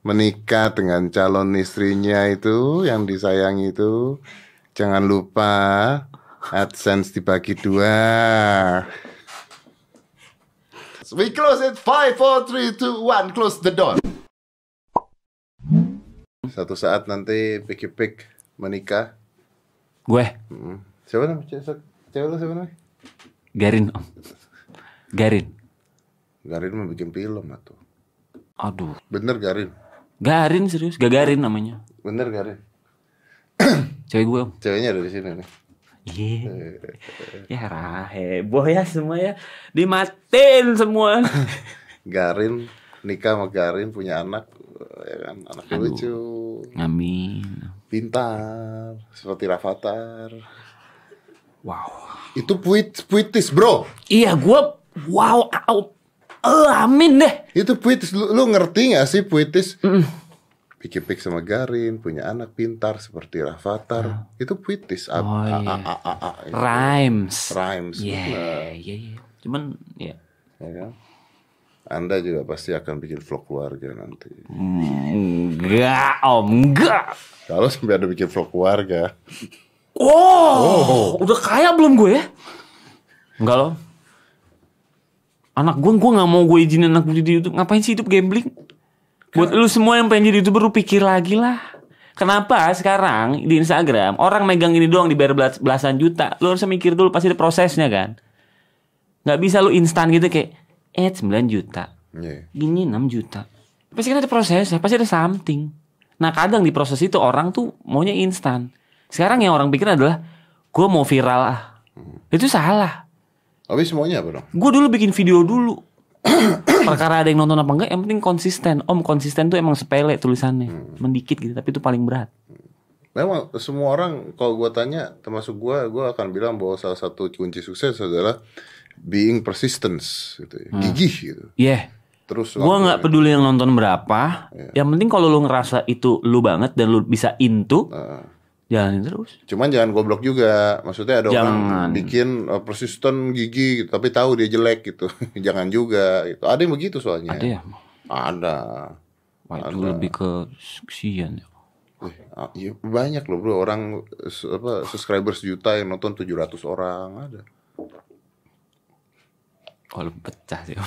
menikah dengan calon istrinya itu yang disayangi itu, jangan lupa AdSense dibagi 2. We close it 5, 4, 3, 2, 1. Close the door. Satu saat nanti Pik menikah. Gue. Siapa namanya? Cewek lu siapa namanya? Garin om. Garin mau bikin film atau? Aduh. Bener Garin? Garin serius, Gagarin namanya. Bener Garin? Cewek gue om. Ceweknya ada di sini nih. Iya. Ya heboh ya semua ya. Dimatiin semua. Garin nikah sama Garin, punya anak, ya kan, anak lucu. Amin. Pintar, seperti Rafathar. Wow. Itu puitis bro. Iya gue. Wow. Amin deh. Itu puitis. Lu ngerti gak sih puitis? Pik sama Garin, punya anak pintar seperti Rafathar. Itu puitis. Rhymes. Iya. Cuman ya. Ya kan? Anda juga pasti akan bikin vlog keluarga nanti. Enggak om, enggak. Kalau sampai ada bikin vlog keluarga. Udah kaya belum gue ya? Enggak loh. Anak gue gak mau gue izinin anak gue di YouTube. Ngapain sih hidup gambling? Buat lu semua yang pengen jadi YouTuber, lu pikir lagi lah. Kenapa sekarang di Instagram orang megang ini doang dibayar belasan juta? Lu harus mikir dulu, pasti ada prosesnya kan. Gak bisa lu instan gitu kayak 9 juta gini 6 juta. Pasti kan ada prosesnya, pasti ada something. Nah kadang di proses itu orang tuh maunya instan. Sekarang yang orang pikir adalah gue mau viral ah. Itu salah. Tapi semuanya apa dong? Gue dulu bikin video dulu. Perkara ada yang nonton apa enggak, yang penting konsisten. Om, konsisten tuh emang sepele tulisannya, mendikit gitu, tapi itu paling berat. Memang semua orang kalau gue tanya, termasuk gue akan bilang bahwa salah satu kunci sukses adalah being persistence gitu, gigih gitu. Iya. Terus gue nggak peduli yang nonton berapa, yang penting kalau lu ngerasa itu lu banget dan lu bisa into, jalanin terus. Cuman jangan goblok juga. Maksudnya ada orang bikin persisten gigi gitu, tapi tahu dia jelek gitu. Jangan juga gitu. Ada yang begitu soalnya. Ada ya? Ada. Wah, itu lebih ke kesian ya. Ya, banyak loh bro. Orang subscribers juta yang nonton 700 orang. Ada. Kalau pecah sih om.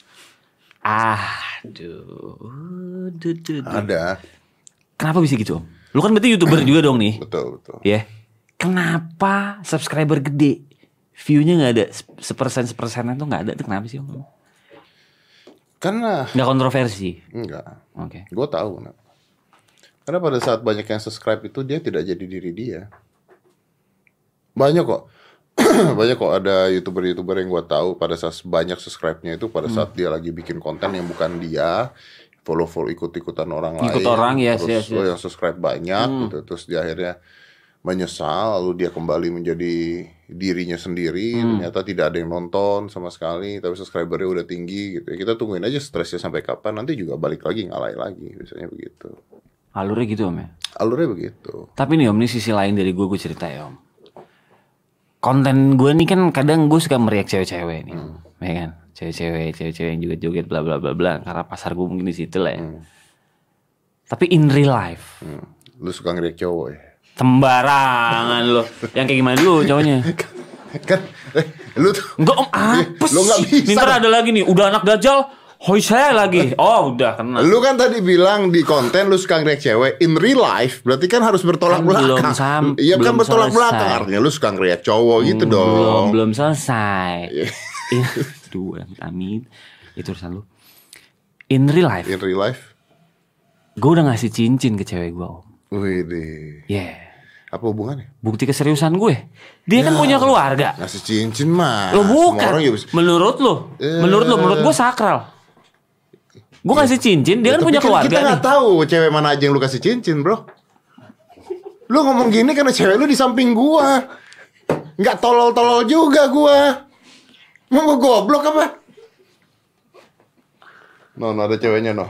Ada. Kenapa bisa gitu om? Lu kan berarti YouTuber juga dong nih. Betul. Ya. Kenapa subscriber gede, view-nya gak ada, sepersenan tuh gak ada, itu kenapa sih om? Karena gak kontroversi? Enggak. Oke. Gue tahu kenapa. Karena pada saat banyak yang subscribe itu dia tidak jadi diri dia. Banyak kok. Banyak kok ada YouTuber yang gue tahu pada saat banyak subscribe-nya itu pada saat dia lagi bikin konten yang bukan dia, follow ikut-ikutan orang lain. Ikut orang ya, terus yang subscribe banyak gitu, terus dia akhirnya menyesal, lalu dia kembali menjadi dirinya sendiri. Ternyata tidak ada yang nonton sama sekali, tapi subscribernya udah tinggi gitu. Kita tungguin aja stresnya sampai kapan, nanti juga balik lagi ngalai lagi, biasanya begitu. Alurnya gitu om ya? Alurnya begitu. Tapi nih om, ini sisi lain dari gue cerita ya om. Konten gue nih kan kadang gue suka meriak cewek-cewek nih, ya kan? Cewek-cewek yang juga joget bla bla bla bla, karena pasar gue mungkin di situ lah ya. Tapi in real life, lu suka ngeriak cowok ya? Sembarangan lo. Yang kayak gimana dulu cowoknya? Kan lu tuh enggak om, apa lu nggak sih? bisa. Ntar ada lagi nih, udah anak dajal. Hoi saya lagi. Oh udah kena. Lu kan tadi bilang di konten lu suka ngeriak cewek. In real life berarti kan harus bertolak belakang. Iya kan bertolak belakang. Artinya lu suka ngeriak cowok gitu dong. Belum selesai. Aduh amin. Itu urusan lu. In real life. In real life gue udah ngasih cincin ke cewek gue om. Widih. Yeah. Apa hubungannya? Bukti keseriusan gue. Dia kan punya keluarga. Ngasih cincin mah. Lo bukan. Menurut gue sakral. Gue kasih cincin, dia kan punya keluarga. Kita nggak tahu cewek mana aja yang lu kasih cincin, bro. Lu ngomong gini karena cewek lu di samping gua. Nggak tolol-tolol juga gua. Mau gua goblok apa? No, ada ceweknya no.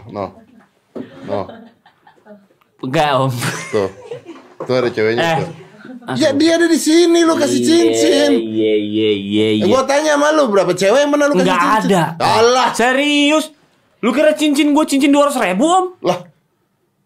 Enggak om. Tuh ada ceweknya tuh. Ya dia ada di sini, lu kasih cincin. Iya. Gua tanya sama lu berapa cewek yang mana lu kasih cincin? Nggak ada. Alah. Serius. Lu kira cincin gue cincin 200.000 om? Lah,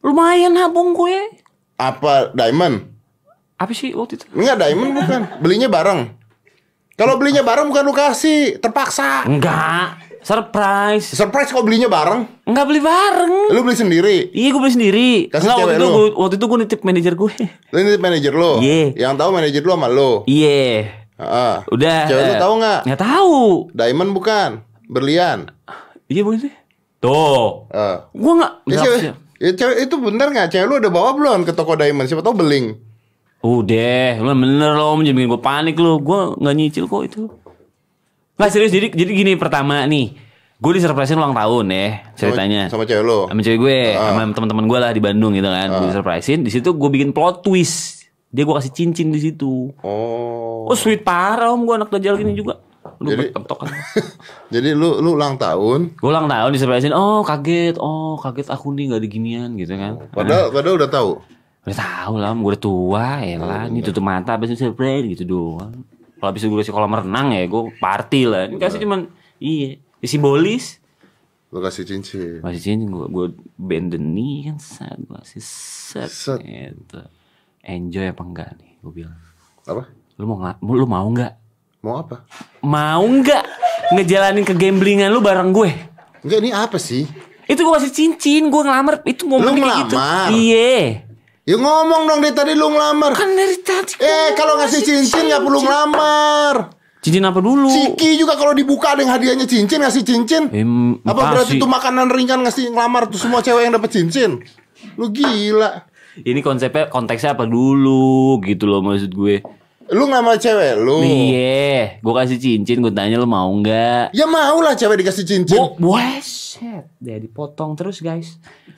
Lumayan nabung gue. Apa diamond? Apa sih waktu itu? Enggak, diamond bukan. Belinya bareng. Kalau belinya bareng bukan lu kasih, terpaksa. Enggak. Surprise. Surprise kok belinya bareng? Enggak beli bareng. Lu beli sendiri. Iya gue beli sendiri. Kasih Enggak, cewek lu. waktu itu gue nitip manajer gue. Lu ini manajer lu. Iya. Yang tahu manajer lu sama lu. Iya. Heeh. Udah. Cewek lu tahu nggak? Nggak tahu. Diamond bukan, berlian. Iya bukan sih. Tuh. Gue nggak. Cewek itu bener nggak? Cewek lu udah bawa belum ke toko diamond? Siapa tahu beling. Udah, lu bener lo, jangan bikin gue panik lo. Gue nggak nyicil kok itu. Nggak serius. Jadi gini, pertama nih, gue disurprisein ulang tahun ya ceritanya. Sama cewek lo. Sama cewek gue, sama teman-teman gue lah di Bandung gitu kan. Gue disurprisein. Di situ gue bikin plot twist. Dia gue kasih cincin di situ. Oh. Oh sweet parah om, gue anak dajal gini juga. Lu Jadi- bertok-tokan. Jadi lu ulang tahun. Gue ulang tahun disurprisein. Oh kaget aku nih nggak ada ginian gitu kan. Padahal udah tahu. Udah tahu lah, gue udah tua ya lah. Ini tutup mata abis itu surprise gitu doang. Kalau abis itu gue kasih kolam renang ya gue party lah. Ini kasih cuman simbolis. Lu kasih cincin. Masih cincin gue bend the knee kan set gue kasih set gitu. Enjoy apa enggak nih gue bilang. Apa? Lu mau nggak? Mau apa? Mau nggak ngejalanin ke gamblingan lu bareng gue? Enggak, ini apa sih? Itu gue kasih cincin, gue ngelamar. Itu momen Lu kayak gitu. ngelamar? Iya. Ya ngomong dong dari tadi lu ngelamar. Kan dari tadi. Kalau ngasih cincin nggak perlu ngelamar. Cincin apa dulu? Siki juga kalau dibuka ada yang hadiahnya cincin, ngasih cincin. Apa berarti itu makanan ringan ngasih ngelamar tuh semua cewek yang dapat cincin? Lu gila. Ini konteksnya apa dulu gitu loh maksud gue. Lu ngelamar cewek lu. Iya, gue kasih cincin, gue tanya lu mau nggak? Ya mau lah cewek dikasih cincin. Buset, dia dipotong terus guys.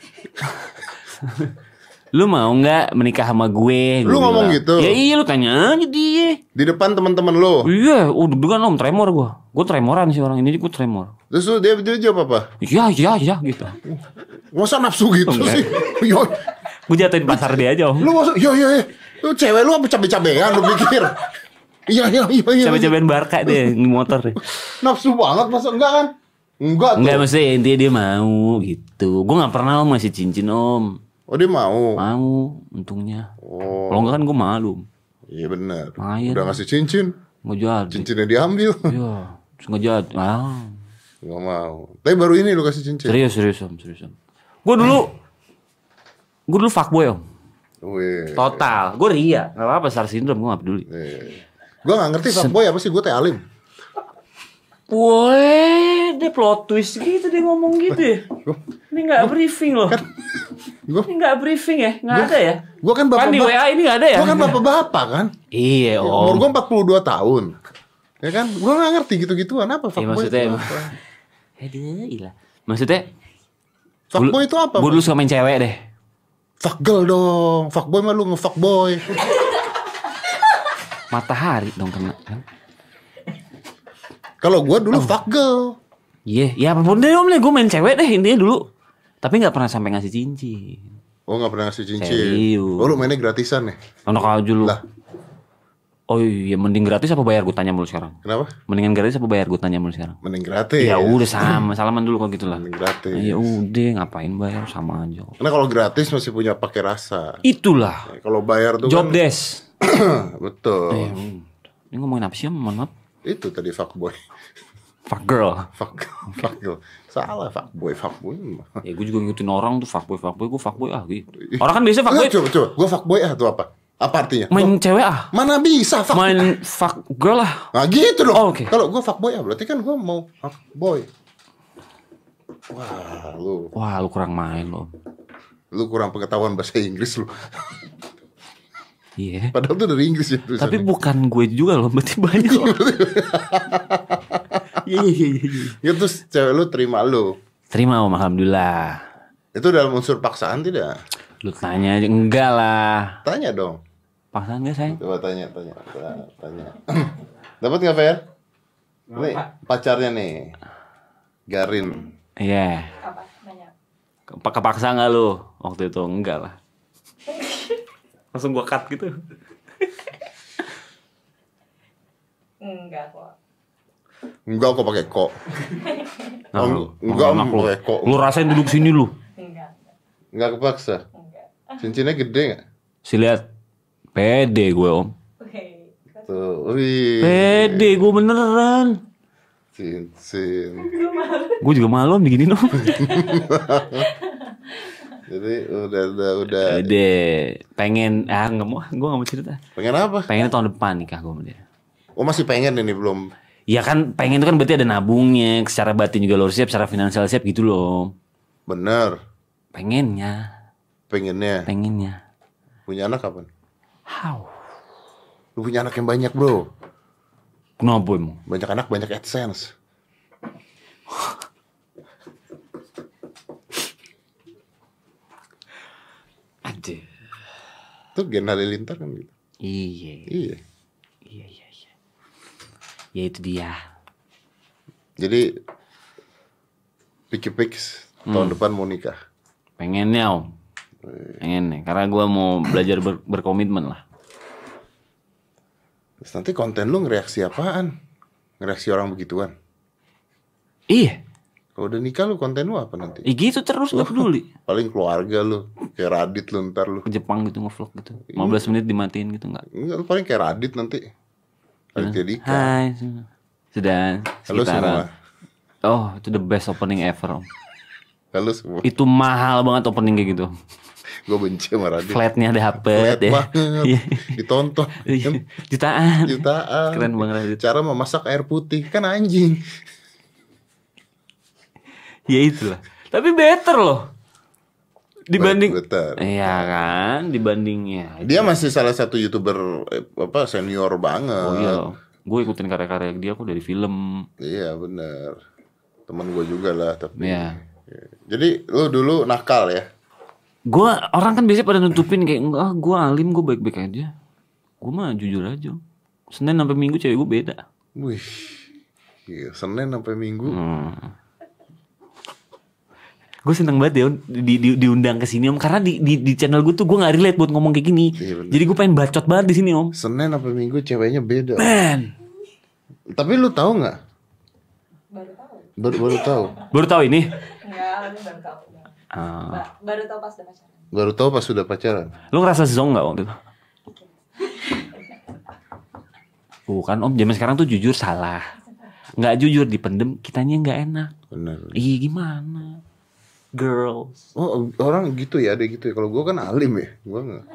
Lu mau nggak menikah sama gue? Lu ngomong bilang. gitu? Ya iya, lu tanya aja dia. Di depan teman-teman lu. Iya, deg-degan om, tremor gue. Gue tremoran sih orang ini, gue tremor. Terus dia jawab apa? Iya gitu. Masa nafsu gitu Enggak. sih? Yo, Gue jatuhin pasar dia aja om. lu masa yo. Lu cewek lu apa cabe-cabean lu pikir? Iya. Coba-cobain Barca deh di motor deh. Nafsu banget masa enggak kan? Enggak tuh. Enggak, maksudnya intinya dia mau gitu. Gue gak pernah om ngasih cincin om. Oh dia mau. Mau untungnya. Oh. Kalau enggak kan gue malu. Iya benar. Lumayan. Udah ngasih cincin. Nggak jadi. Cincinnya diambil. Iya. Terus nggak jadi. Enggak mau. Tapi baru ini lu kasih cincin. Serius om. Gue dulu fuckboy om. Wih. Total. Gue ria. Gak apa-apa star syndrome. Gue gak peduli. Gue gak ngerti fuckboy apa sih. Gue teh alim. Woi, dia plot twist gitu dia ngomong gitu ya. Ini gak briefing loh. Ini gak briefing ya. Gak ada ya. Gue kan bapak. Kan di WA ini gak ada ya. Gue kan bapak-bapak kan. Iya om. Umur gue 42 tahun. Ya kan. Gue gak ngerti gitu-gituan. Apa Ya, fuckboy maksudnya itu apa? Aduh ilah. Maksudnya Fuckboy itu apa? Gue dulu suka main cewek deh. Fuckgirl dong. Fuckboy mah lu nge-fuckboy. Matahari dong kena kan. Kalau gue dulu fuckgirl. Iya, ya apapun deh om deh. Gue main cewek deh intinya dulu. Tapi gak pernah sampai ngasih cincin. Oh gak pernah ngasih cincin. Serius. Oh lu mainnya gratisan nih. Anak aja lu. Lah. Oh iya, mending gratis apa bayar? Gue tanya mulu sekarang. Kenapa? Mendingan gratis apa bayar? Gue tanya mulu sekarang. Mending gratis. Ya udah sama, salaman dulu kalau gitu lah. Mending gratis. Ya udah, ngapain bayar sama aja. Karena kalau gratis masih punya pakai rasa. Itulah. Ya, kalau bayar tuh Job kan desk. betul. Ini ngomongin apa sih om? Mohon maaf. Itu tadi fuckboy. Fuck girl. Fuckgirl. Salah fuckboy. Ya gue juga ngikutin orang tuh fuckboy. Gue fuckboy gitu. Orang kan biasanya fuckboy Coba. Gue fuckboy itu apa? Apa artinya? main cewek Mana bisa fuckboy? main fuck girl lah. Nah gitu dong. Oh, oke. Kalau gue fuckboy berarti kan gue mau fuckboy. Wah Lu kurang main lo. lu kurang pengetahuan bahasa Inggris lu. Iya. Padahal tuh dari Inggris ya Tapi tulisannya. bukan gue juga loh, berarti banyak loh. Iya. Ya terus cewek lu terima lu. Terima om, alhamdulillah. Itu dalam unsur paksaan tidak? Lu tanya aja, enggak lah. Tanya dong. Paksaan gak sayang? Coba tanya. Dapat nggak Fer? Nih pacarnya nih, Garin. Iya. Apa? Nanya. Kepaksa gak lu waktu itu? Enggak lah. Langsung gua cut gitu. Enggak kok. Enggak kok pakai kok. Nah, Enggak enak lu. pakai kok. Lu rasain duduk sini lu. Enggak. Nggak kepaksa. Enggak. Cincinnya gede nggak? Si lihat. Pede gue om. Oke. Tuh, wih. Pede gue beneran. Cincin. Gue juga malu om diginiin om. Jadi udah. Pede. Pengen, nggak mau. Gue nggak mau cerita. Pengen apa? Pengennya tahun depan nikah gue sama dia. Oh masih pengen ini belum. Ya kan pengen itu kan berarti ada nabungnya. Secara batin juga lo siap, secara finansial siap gitu loh. Bener. Pengennya. Punya anak kapan? How? Lu punya anak yang banyak bro. Kenapa emang? Banyak anak banyak AdSense. Aduh. Tuh Gen Halilintar kan gitu. Iya. Ya itu dia. Jadi Piki-Pix tahun depan mau nikah. Pengennya om. Pengen karena gue mau belajar berkomitmen lah. Terus nanti konten lu ngereaksi apaan? Ngereaksi orang begituan. Iya. Kalau udah nikah lu konten lu apa nanti? Gitu terus gak peduli. Paling keluarga lu. Kayak Radit lu ntar lu. Ke Jepang gitu ngevlog gitu. 15 menit dimatiin gitu enggak. Enggak, lu paling kayak Radit nanti. Raditya Dika. Hai semua. Sudah Halo semua. sekitaran. Oh itu the best opening ever om. Halo semua. Itu mahal banget opening kayak gitu. Gue benci sama Radit. Flatnya dapet Flat ya. banget. Iya. Ditonton. Jutaan. Jutaan. Keren banget Radit. Cara memasak air putih kan anjing. Ya itulah. Tapi better loh. Dibanding Better. iya kan, dibandingnya. Dia masih salah satu YouTuber senior banget. Oh iya. Gue ikutin karya-karya dia aku dari film. Iya bener. Temen gue juga lah tapi. Iya. Jadi lu dulu nakal ya? Gue orang kan biasanya pada nutupin kayak enggak, gue alim, gue baik-baik aja. Gue mah jujur aja. Senin sampai Minggu cewek gue beda. Wih. Iya, Senin sampai Minggu. Gue seneng banget ya diundang ke sini om, karena di channel gue tuh gue nggak relate buat ngomong kayak gini. Iya, jadi gue pengen bacot banget di sini om. Senin sampai Minggu ceweknya beda. Man. Tapi lu tahu nggak? Baru tahu. Baru tahu. Baru tahu ini? Enggak, baru tahu. Baru tahu pas udah pacaran. Baru tahu pas sudah pacaran. Lu ngerasa zonk nggak waktu itu? Bukan om, zaman sekarang tuh jujur salah. Nggak jujur dipendem, kitanya nggak enak. Benar. Iya gimana? Girls. Oh orang gitu ya, ada gitu ya. Kalau gue kan alim ya, gue nggak.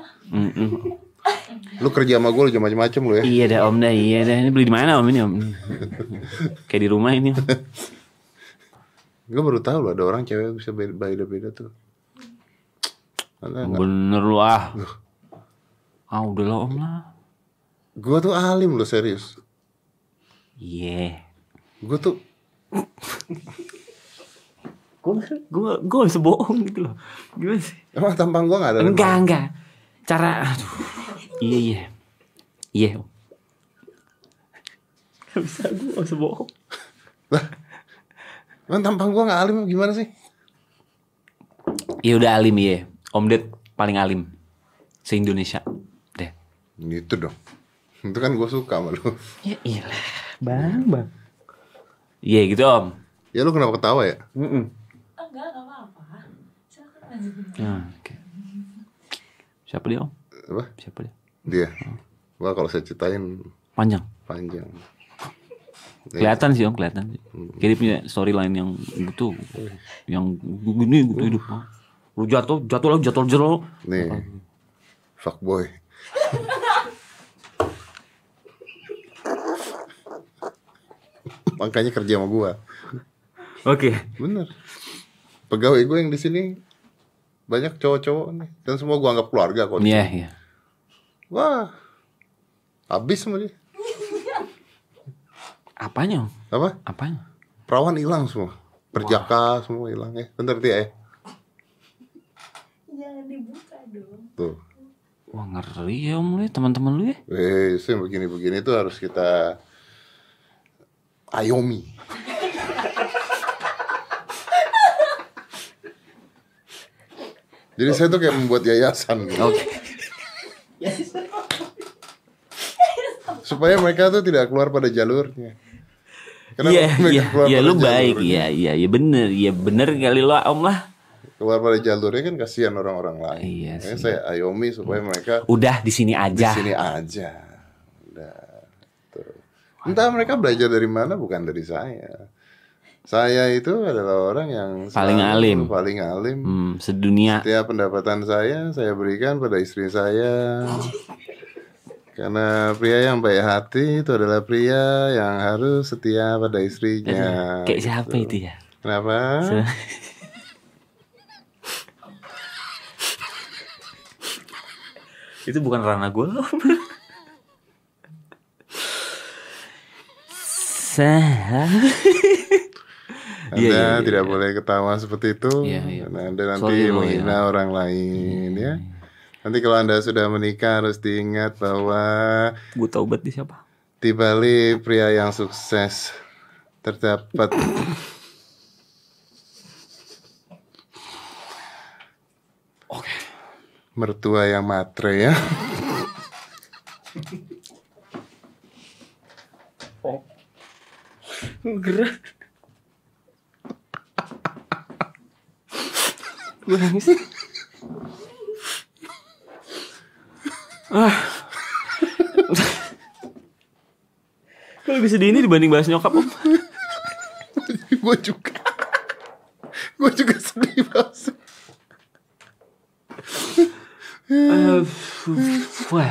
Lu kerja sama gue lu jangan macem-macem lu ya. Iya dah om dah, iya dah. Ini beli di mana om ini om? Kayak di rumah ini. Gue baru tahu loh ada orang cewek bisa beda-beda tuh. Bener lu ah. Udah lah om lah. Gue tuh alim loh serius. Iya. Gue tuh Gue bisa bohong gitu loh. Gimana sih? emang tampang gue nggak ada. Enggak. Cara aduh. Iya. Om. Gak bisa, gue gak bisa bohong. Lah, emang tampang gue nggak alim gimana sih? Iya udah alim ya. Om Ded paling alim se-Indonesia. Deh. Gitu dong. Itu kan gue suka sama lu. Ya iyalah. Bang. Iya gitu om. Ya lu kenapa ketawa ya? Enggak apa-apa. Silakan lanjutin. Oke. Siapa dia om? Apa? Siapa dia? Dia. Wah kalau saya ceritain Panjang. Kelihatan sih om, kelihatan sih. Kayak dia punya storyline yang gitu, yang gini gitu hidup. Lu jatuh lagi. Nih, fuckboy. Makanya kerja sama gua. Oke. Bener. Pegawai gue yang di sini banyak cowok-cowok nih, dan semua gua anggap keluarga kok. Iya. Wah, habis semua dia. Apanya om? Apa? Apanya? Perawan hilang semua. Perjaka semua hilang ya. Bentar dia ya. Jangan dibuka dong. Tuh. Wah ngeri ya om lu ya, teman-teman lu ya. Yang begini-begini tuh harus kita ayomi. Jadi saya tuh kayak membuat yayasan gitu. Oke. Supaya mereka tuh tidak keluar pada jalurnya. Kenapa mereka keluar Iya pada lu baik, jalurnya? iya bener kali lo om lah. keluar pada jalurnya kan kasihan orang-orang lain. Iya Makanya sih. saya ayomi supaya mereka Udah di sini di aja. sini aja. Udah. Tuh. Entah mereka belajar dari mana, bukan dari saya. Saya itu adalah orang yang Paling selalu alim. paling alim. Sedunia. Setiap pendapatan saya berikan pada istri saya. Karena pria yang baik hati itu adalah pria yang harus setia pada istrinya. Kayak siapa itu ya? Kenapa? Itu bukan ranah gue. Anda Iya. tidak boleh ketawa seperti itu. Iya. Karena Anda nanti Sorry loh, menghina orang lain ya. Nanti kalau Anda sudah menikah harus diingat bahwa Gue taubat di siapa? di balik pria yang sukses terdapat mertua yang matre ya. Gerak. Gue nangis. Gue lebih sedih ini dibanding bahas nyokap om. Gue juga sedih banget. Wah.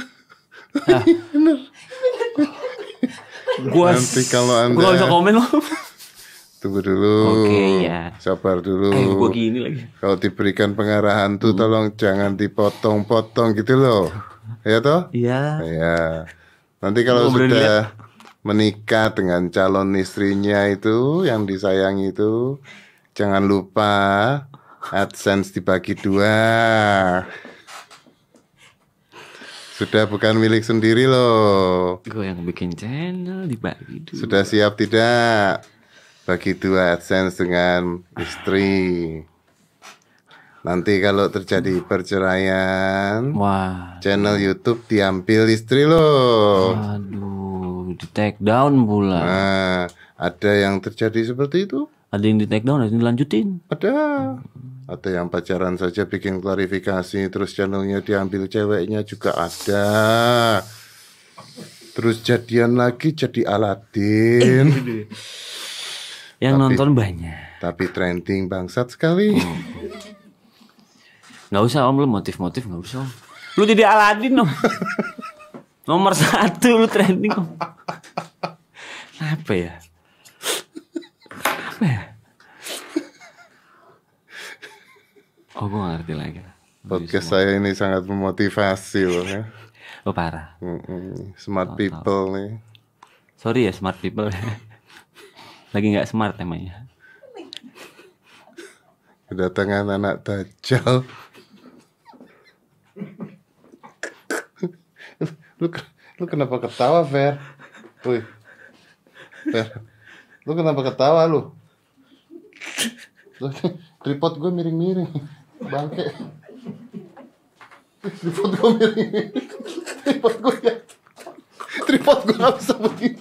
Gue Nanti kalau Anda- gue gak bisa komen loh. Tunggu dulu. Oke, ya. Sabar dulu. Gue gini lagi. Kalau diberikan pengarahan tuh tolong jangan dipotong-potong gitu loh. Ya toh? Iya. Ya. Nanti kalau Gua berani sudah menikah dengan calon istrinya itu yang disayangi itu, jangan lupa AdSense dibagi 2. Sudah bukan milik sendiri loh. Gue yang bikin channel dibagi dulu. Sudah siap tidak? Bagi 2 AdSense dengan istri. Nanti kalau terjadi perceraian, Wah. channel YouTube diambil istri loh. Aduh, di take down pula. Nah, ada yang terjadi seperti itu? Ada yang di take down, ada yang dilanjutin. Ada yang pacaran saja bikin klarifikasi, terus channelnya diambil ceweknya juga ada. Terus jadian lagi jadi Aladin. Yang nonton banyak. Tapi trending bangsat sekali. Nggak usah om, lu motif-motif nggak usah om. Lu jadi Aladin om. Nomor 1 lu trending om. Apa ya? Apa ya? Oh gue gak ngerti lagi. Podcast saya ini sangat memotivasi loh ya. Oh parah. Smart people nih. Sorry ya smart people. Lagi nggak smart emangnya. Kedatangan anak Dajjal. lu kenapa ketawa, Fer? Woi. Fer. Lu kenapa ketawa lu? Tripod gue miring-miring. Bangke. Tripod gue miring-miring. Tripod gue gak bisa begini.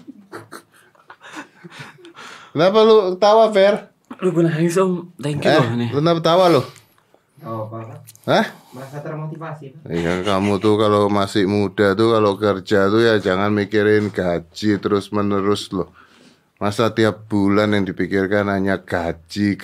Kenapa lu ketawa, Fer? Lu gue nangis om. Thank you loh nih. Lu kenapa ketawa lu? Oh, Pak. Hah? Merasa termotivasi, Pak. Iya, kamu tuh kalau masih muda tuh kalau kerja tuh ya jangan mikirin gaji terus menerus loh. Masa tiap bulan yang dipikirkan hanya gaji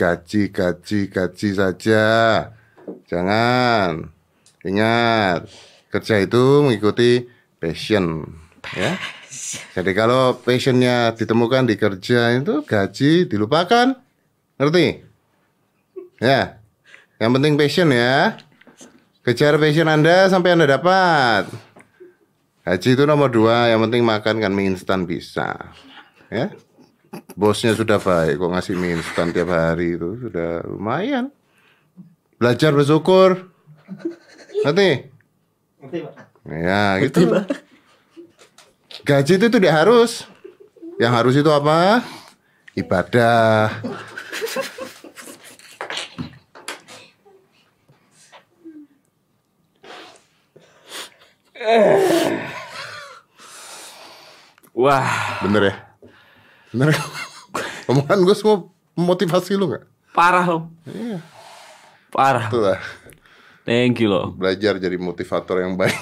saja. Jangan. Ingat, kerja itu mengikuti passion, ya. Jadi kalau passionnya ditemukan di kerja itu gaji dilupakan. Ngerti? Ya. Yang penting passion ya. Kejar passion Anda sampai Anda dapat. Gaji itu nomor 2. Yang penting makan kan mie instan bisa. Ya. Bosnya sudah baik kok ngasih mie instan tiap hari itu sudah lumayan. Belajar bersyukur. Ngerti? Ngerti, Pak. Ya gitu. Gaji itu tidak harus. Yang harus itu apa? Ibadah. Wah Bener ya? Bener. Omongan gue semua motivasi lu gak? parah om. Parah. Itulah. Thank you loh. Belajar jadi motivator yang baik.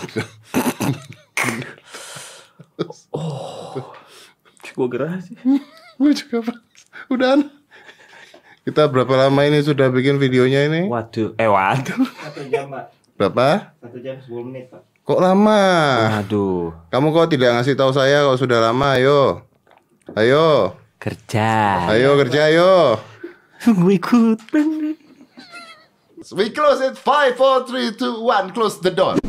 Gue gerah sih. Gue juga Pak. Udah. Kita berapa lama ini sudah bikin videonya ini? Waduh. 1 jam Pak. Berapa? 1 jam 10 menit Pak. Kok lama? Aduh. Kamu kok tidak ngasih tahu saya kalau sudah lama? Ayo. Ayo. Kerja. Ayo kerja ayo. Gue ikutan. We close it 5 4 3 2 1 close the door.